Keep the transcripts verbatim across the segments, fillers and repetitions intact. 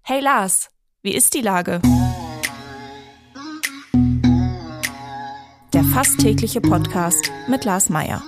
Hey Lars, wie ist die Lage? Der fast tägliche Podcast mit Lars Meyer.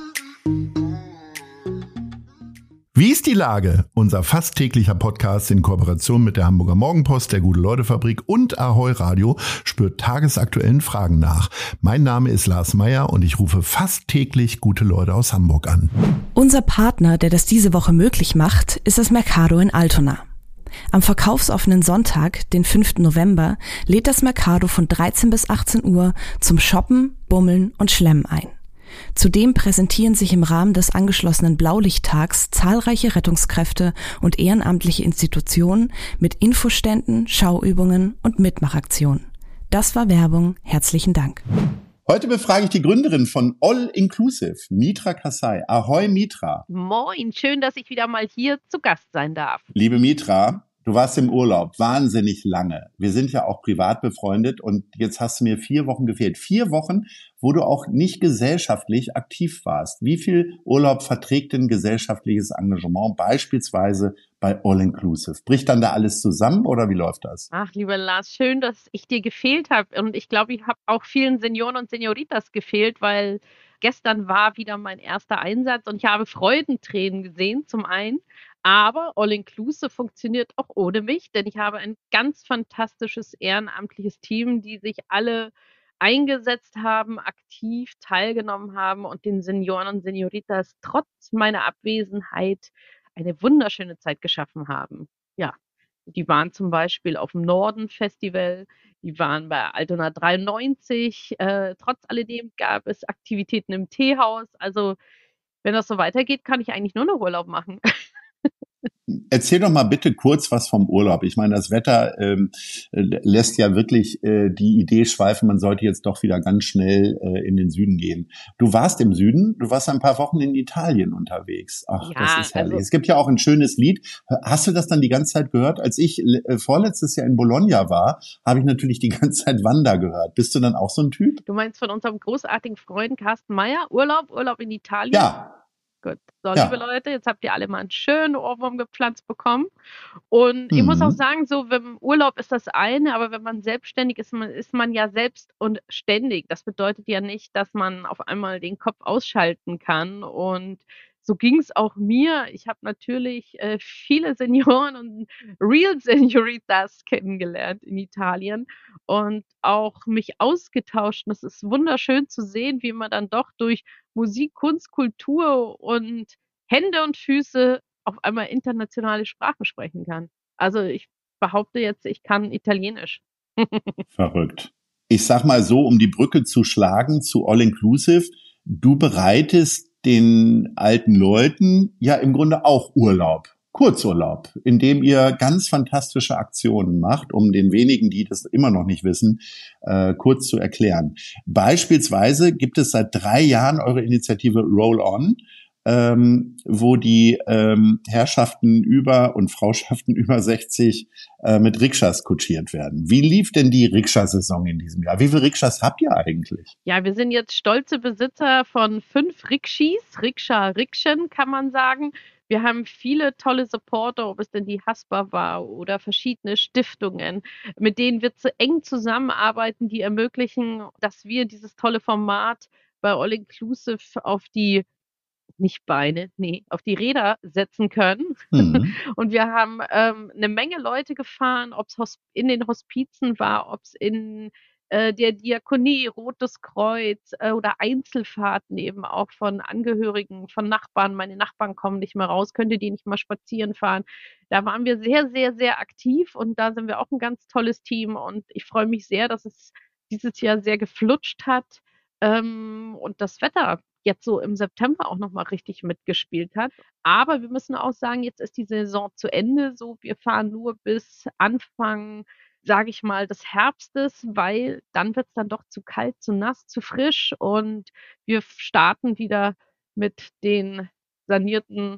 Wie ist die Lage? Unser fast täglicher Podcast in Kooperation mit der Hamburger Morgenpost, der Gute-Leute-Fabrik und Ahoi Radio spürt tagesaktuellen Fragen nach. Mein Name ist Lars Meyer und ich rufe fast täglich gute Leute aus Hamburg an. Unser Partner, der das diese Woche möglich macht, ist das Mercado in Altona. Am verkaufsoffenen Sonntag, den fünften November, lädt das Mercado von dreizehn bis achtzehn Uhr zum Shoppen, Bummeln und Schlemmen ein. Zudem präsentieren sich im Rahmen des angeschlossenen Blaulichttags zahlreiche Rettungskräfte und ehrenamtliche Institutionen mit Infoständen, Schauübungen und Mitmachaktionen. Das war Werbung. Herzlichen Dank. Heute befrage ich die Gründerin von All Inclusive, Mitra Kasai. Ahoi Mitra. Moin, schön, dass ich wieder mal hier zu Gast sein darf. Liebe Mitra, du warst im Urlaub, wahnsinnig lange. Wir sind ja auch privat befreundet und jetzt hast du mir vier Wochen gefehlt. Vier Wochen, wo du auch nicht gesellschaftlich aktiv warst. Wie viel Urlaub verträgt denn gesellschaftliches Engagement, beispielsweise bei All Inclusive? Bricht dann da alles zusammen oder wie läuft das? Ach, lieber Lars, schön, dass ich dir gefehlt habe. Und ich glaube, ich habe auch vielen Senioren und Senioritas gefehlt, weil gestern war wieder mein erster Einsatz und ich habe Freudentränen gesehen, zum einen. Aber All Inclusive funktioniert auch ohne mich, denn ich habe ein ganz fantastisches ehrenamtliches Team, die sich alle eingesetzt haben, aktiv teilgenommen haben und den Senioren und Senioritas trotz meiner Abwesenheit eine wunderschöne Zeit geschaffen haben. Ja, die waren zum Beispiel auf dem Norden-Festival, die waren bei Altona dreiundneunzig. Äh, trotz alledem gab es Aktivitäten im Teehaus. Also wenn das so weitergeht, kann ich eigentlich nur noch Urlaub machen. Erzähl doch mal bitte kurz was vom Urlaub. Ich meine, das Wetter ähm, lässt ja wirklich äh, die Idee schweifen, man sollte jetzt doch wieder ganz schnell äh, in den Süden gehen. Du warst im Süden, du warst ein paar Wochen in Italien unterwegs. Ach, Ja, das ist herrlich. also Es gibt ja auch ein schönes Lied. Hast du das dann die ganze Zeit gehört? Als ich äh, vorletztes Jahr in Bologna war, habe ich natürlich die ganze Zeit Wanda gehört. Bist du dann auch so ein Typ? Du meinst von unserem großartigen Freund Carsten Meyer, Urlaub, Urlaub in Italien? Ja. Gut. So, Ja. liebe Leute, jetzt habt ihr alle mal einen schönen Ohrwurm gepflanzt bekommen. Und ich Mhm. muss auch sagen, so, wenn Urlaub ist das eine, aber wenn man selbstständig ist, man, ist man ja selbst und ständig. Das bedeutet ja nicht, dass man auf einmal den Kopf ausschalten kann. Und so ging es auch mir. Ich habe natürlich äh, viele Senioren und Real Senioritas kennengelernt in Italien und auch mich ausgetauscht. Und es ist wunderschön zu sehen, wie man dann doch durch Musik, Kunst, Kultur und Hände und Füße auf einmal internationale Sprachen sprechen kann. Also ich behaupte jetzt, ich kann Italienisch. Verrückt. Ich sag mal so, um die Brücke zu schlagen zu All Inclusive, du bereitest den alten Leuten ja im Grunde auch Urlaub, Kurzurlaub, indem ihr ganz fantastische Aktionen macht, um den wenigen, die das immer noch nicht wissen, äh, kurz zu erklären. Beispielsweise gibt es seit drei Jahren eure Initiative Roll On, ähm, wo die ähm, Herrschaften über und Frauschaften über sechzig äh, mit Rikschas kutschiert werden. Wie lief denn die Rikscha-Saison in diesem Jahr? Wie viele Rikschas habt ihr eigentlich? Ja, wir sind jetzt stolze Besitzer von fünf Rikschis, Rikscha-Rikschen kann man sagen. Wir haben viele tolle Supporter, ob es denn die Haspa war oder verschiedene Stiftungen, mit denen wir zu eng zusammenarbeiten, die ermöglichen, dass wir dieses tolle Format bei All Inclusive auf die nicht Beine, nee, auf die Räder setzen können. Mhm. Und wir haben ähm, eine Menge Leute gefahren, ob es in den Hospizen war, ob es in äh, der Diakonie, Rotes Kreuz äh, oder Einzelfahrten eben auch von Angehörigen, von Nachbarn. Meine Nachbarn kommen nicht mehr raus, könnt ihr die nicht mal spazieren fahren. Da waren wir sehr, sehr, sehr aktiv und da sind wir auch ein ganz tolles Team und ich freue mich sehr, dass es dieses Jahr sehr geflutscht hat ähm, und das Wetter jetzt so im September auch noch mal richtig mitgespielt hat. Aber wir müssen auch sagen, jetzt ist die Saison zu Ende. So, wir fahren nur bis Anfang, sage ich mal, des Herbstes, weil dann wird es dann doch zu kalt, zu nass, zu frisch und wir starten wieder mit den sanierten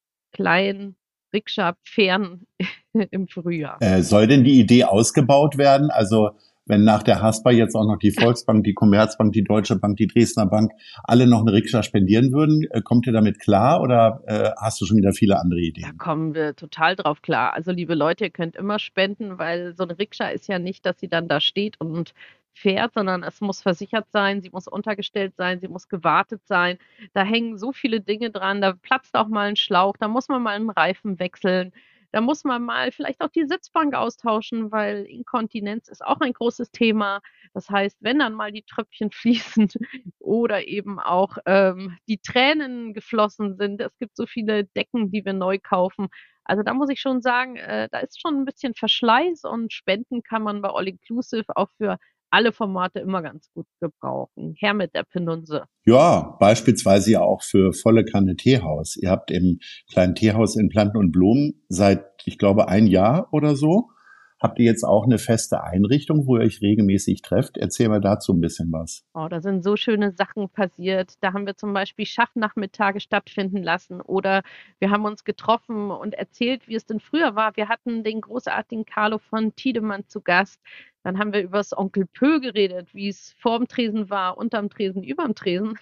kleinen Rikscha-Pferden im Frühjahr. Äh, soll denn die Idee ausgebaut werden? Also wenn nach der Haspa jetzt auch noch die Volksbank, die Commerzbank, die Deutsche Bank, die Dresdner Bank alle noch eine Rikscha spendieren würden. Kommt ihr damit klar oder äh, hast du schon wieder viele andere Ideen? Da kommen wir total drauf klar. Also liebe Leute, ihr könnt immer spenden, weil so eine Rikscha ist ja nicht, dass sie dann da steht und fährt, sondern es muss versichert sein, sie muss untergestellt sein, sie muss gewartet sein. Da hängen so viele Dinge dran, da platzt auch mal ein Schlauch, da muss man mal einen Reifen wechseln. Da muss man mal vielleicht auch die Sitzbank austauschen, weil Inkontinenz ist auch ein großes Thema. Das heißt, wenn dann mal die Tröpfchen fließen oder eben auch ähm, die Tränen geflossen sind, es gibt so viele Decken, die wir neu kaufen. Also da muss ich schon sagen, äh, da ist schon ein bisschen Verschleiß und Spenden kann man bei All Inclusive auch für alle Formate immer ganz gut gebrauchen. Her mit der Penunse. Ja, beispielsweise ja auch für volle Kanne Teehaus. Ihr habt im kleinen Teehaus in Planten und Blumen seit, ich glaube, ein Jahr oder so, habt ihr jetzt auch eine feste Einrichtung, wo ihr euch regelmäßig trefft. Erzähl mal dazu ein bisschen was. Oh, da sind so schöne Sachen passiert. Da haben wir zum Beispiel Schachnachmittage stattfinden lassen oder wir haben uns getroffen und erzählt, wie es denn früher war. Wir hatten den großartigen Carlo von Tiedemann zu Gast. Dann haben wir über das Onkel Pö geredet, wie es vorm Tresen war, unterm Tresen, überm Tresen.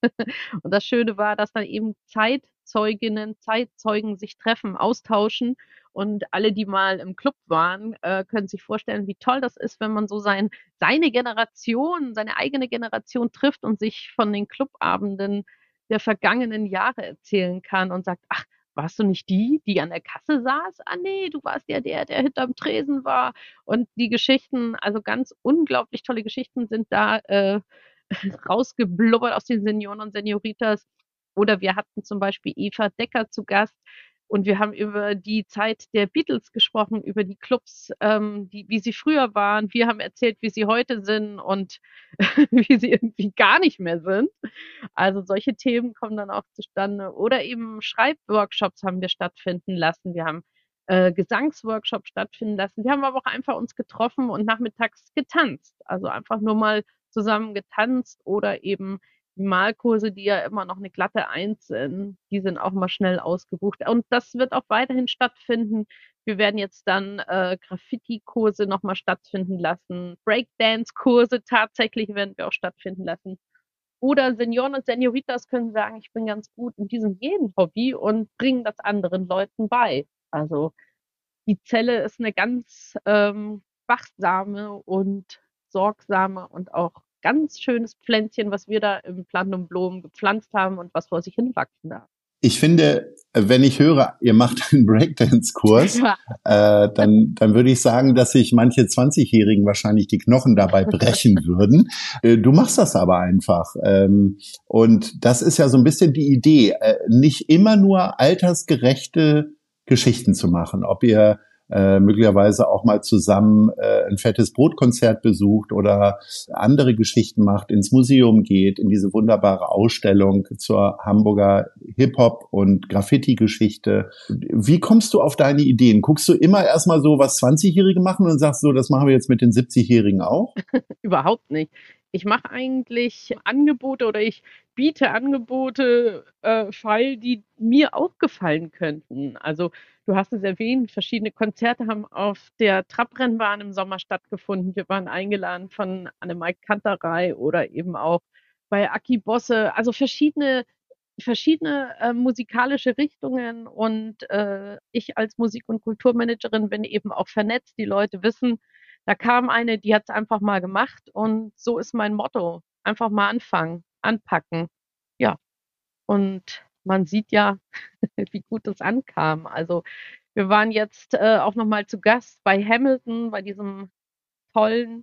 Und das Schöne war, dass dann eben Zeitzeuginnen, Zeitzeugen sich treffen, austauschen. Und alle, die mal im Club waren, äh, können sich vorstellen, wie toll das ist, wenn man so sein, seine Generation, seine eigene Generation trifft und sich von den Clubabenden der vergangenen Jahre erzählen kann und sagt, ach, warst du nicht die, die an der Kasse saß? Ah nee, du warst ja der, der hinterm Tresen war. Und die Geschichten, also ganz unglaublich tolle Geschichten sind da äh, rausgeblubbert aus den Senioren und Senioritas. Oder wir hatten zum Beispiel Eva Decker zu Gast. Und wir haben über die Zeit der Beatles gesprochen, über die Clubs, ähm, die, wie sie früher waren. Wir haben erzählt, wie sie heute sind und wie sie irgendwie gar nicht mehr sind. Also solche Themen kommen dann auch zustande. Oder eben Schreibworkshops haben wir stattfinden lassen. Wir haben äh, Gesangsworkshops stattfinden lassen. Wir haben aber auch einfach uns getroffen und nachmittags getanzt. Also einfach nur mal zusammen getanzt oder eben die Malkurse, die ja immer noch eine glatte Eins sind, die sind auch mal schnell ausgebucht. Und das wird auch weiterhin stattfinden. Wir werden jetzt dann äh, Graffiti-Kurse nochmal stattfinden lassen. Breakdance-Kurse tatsächlich werden wir auch stattfinden lassen. Oder Senioren und Senioritas können sagen, ich bin ganz gut in diesem jeden Hobby und bringen das anderen Leuten bei. Also die Zelle ist eine ganz ähm, wachsame und sorgsame und auch ganz schönes Pflänzchen, was wir da im Planten und Blumen gepflanzt haben und was vor sich hin wachsen darf. Ich finde, wenn ich höre, ihr macht einen Breakdance-Kurs, ja. äh, dann, dann würde ich sagen, dass sich manche zwanzigjährigen wahrscheinlich die Knochen dabei brechen würden. Äh, du machst das aber einfach. Ähm, und das ist ja so ein bisschen die Idee, äh, nicht immer nur altersgerechte Geschichten zu machen. Ob ihr Äh, möglicherweise auch mal zusammen äh, ein fettes Brotkonzert besucht oder andere Geschichten macht, ins Museum geht, in diese wunderbare Ausstellung zur Hamburger Hip-Hop- und Graffiti-Geschichte. Wie kommst du auf deine Ideen? Guckst du immer erstmal so, was zwanzigjährige machen und sagst so, das machen wir jetzt mit den siebzigjährigen auch? Überhaupt nicht. Ich mache eigentlich Angebote oder ich biete Angebote äh, feil, die mir auch gefallen könnten. Also du hast es erwähnt, verschiedene Konzerte haben auf der Trabrennbahn im Sommer stattgefunden. Wir waren eingeladen von Annemarie Kanterei oder eben auch bei Aki Bosse. Also verschiedene verschiedene äh, musikalische Richtungen und äh, ich als Musik- und Kulturmanagerin bin eben auch vernetzt. Die Leute wissen, da kam eine, die hat es einfach mal gemacht und so ist mein Motto. Einfach mal anfangen, anpacken. Ja, und man sieht ja, wie gut es ankam. Also wir waren jetzt äh, auch nochmal zu Gast bei Hamilton, bei diesem tollen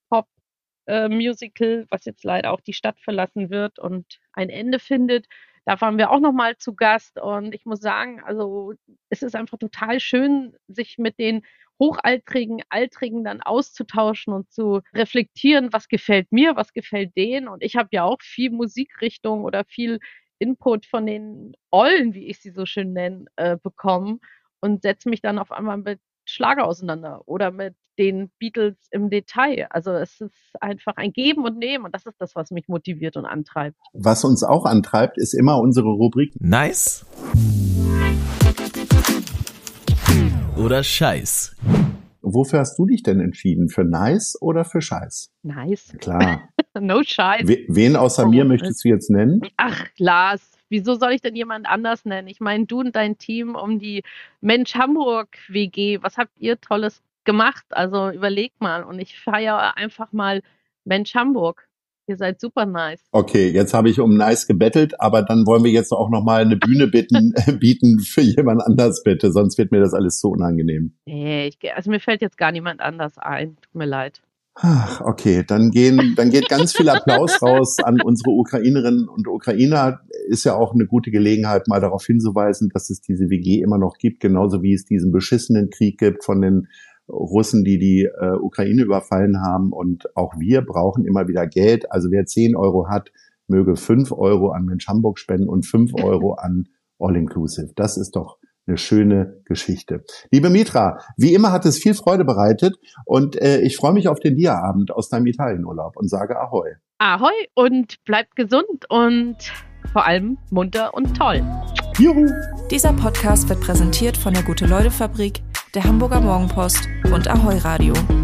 Hip-Hop-Musical, was jetzt leider auch die Stadt verlassen wird und ein Ende findet. Da waren wir auch nochmal zu Gast und ich muss sagen, also es ist einfach total schön, sich mit den Hochaltrigen, Altrigen dann auszutauschen und zu reflektieren, was gefällt mir, was gefällt denen. Und ich habe ja auch viel Musikrichtung oder viel Input von den Ollen, wie ich sie so schön nenne, äh, bekommen und setze mich dann auf einmal mit Schlager auseinander oder mit den Beatles im Detail. Also es ist einfach ein Geben und Nehmen und das ist das, was mich motiviert und antreibt. Was uns auch antreibt, ist immer unsere Rubrik Nice oder Scheiß. Wofür hast du dich denn entschieden? Für nice oder für Scheiß? Nice. Klar. No Scheiß. We- wen außer Oh, mir möchtest du jetzt nennen? Ach, Lars, wieso soll ich denn jemand anders nennen? Ich meine, du und dein Team um die Mensch Hamburg W G, was habt ihr Tolles gemacht? Also überleg mal. Und ich feiere einfach mal Mensch Hamburg. Ihr seid super nice. Okay, jetzt habe ich um nice gebettelt, aber dann wollen wir jetzt auch noch mal eine Bühne bitten, bieten für jemand anders bitte, sonst wird mir das alles so unangenehm. Nee, ich, also mir fällt jetzt gar niemand anders ein. Tut mir leid. Ach, okay, dann gehen, dann geht ganz viel Applaus raus an unsere Ukrainerinnen und Ukrainer. Ist ja auch eine gute Gelegenheit, mal darauf hinzuweisen, dass es diese W G immer noch gibt, genauso wie es diesen beschissenen Krieg gibt von den Russen, die die äh, Ukraine überfallen haben. Und auch wir brauchen immer wieder Geld. Also wer zehn Euro hat, möge fünf Euro an Mensch Hamburg spenden und fünf Euro an All Inclusive. Das ist doch eine schöne Geschichte. Liebe Mitra, wie immer hat es viel Freude bereitet und äh, ich freue mich auf den Dia-Abend aus deinem Italienurlaub und sage Ahoi. Ahoi und bleibt gesund und vor allem munter und toll. Juhu! Dieser Podcast wird präsentiert von der Gute-Leute-Fabrik, der Hamburger Morgenpost und Ahoi Radio.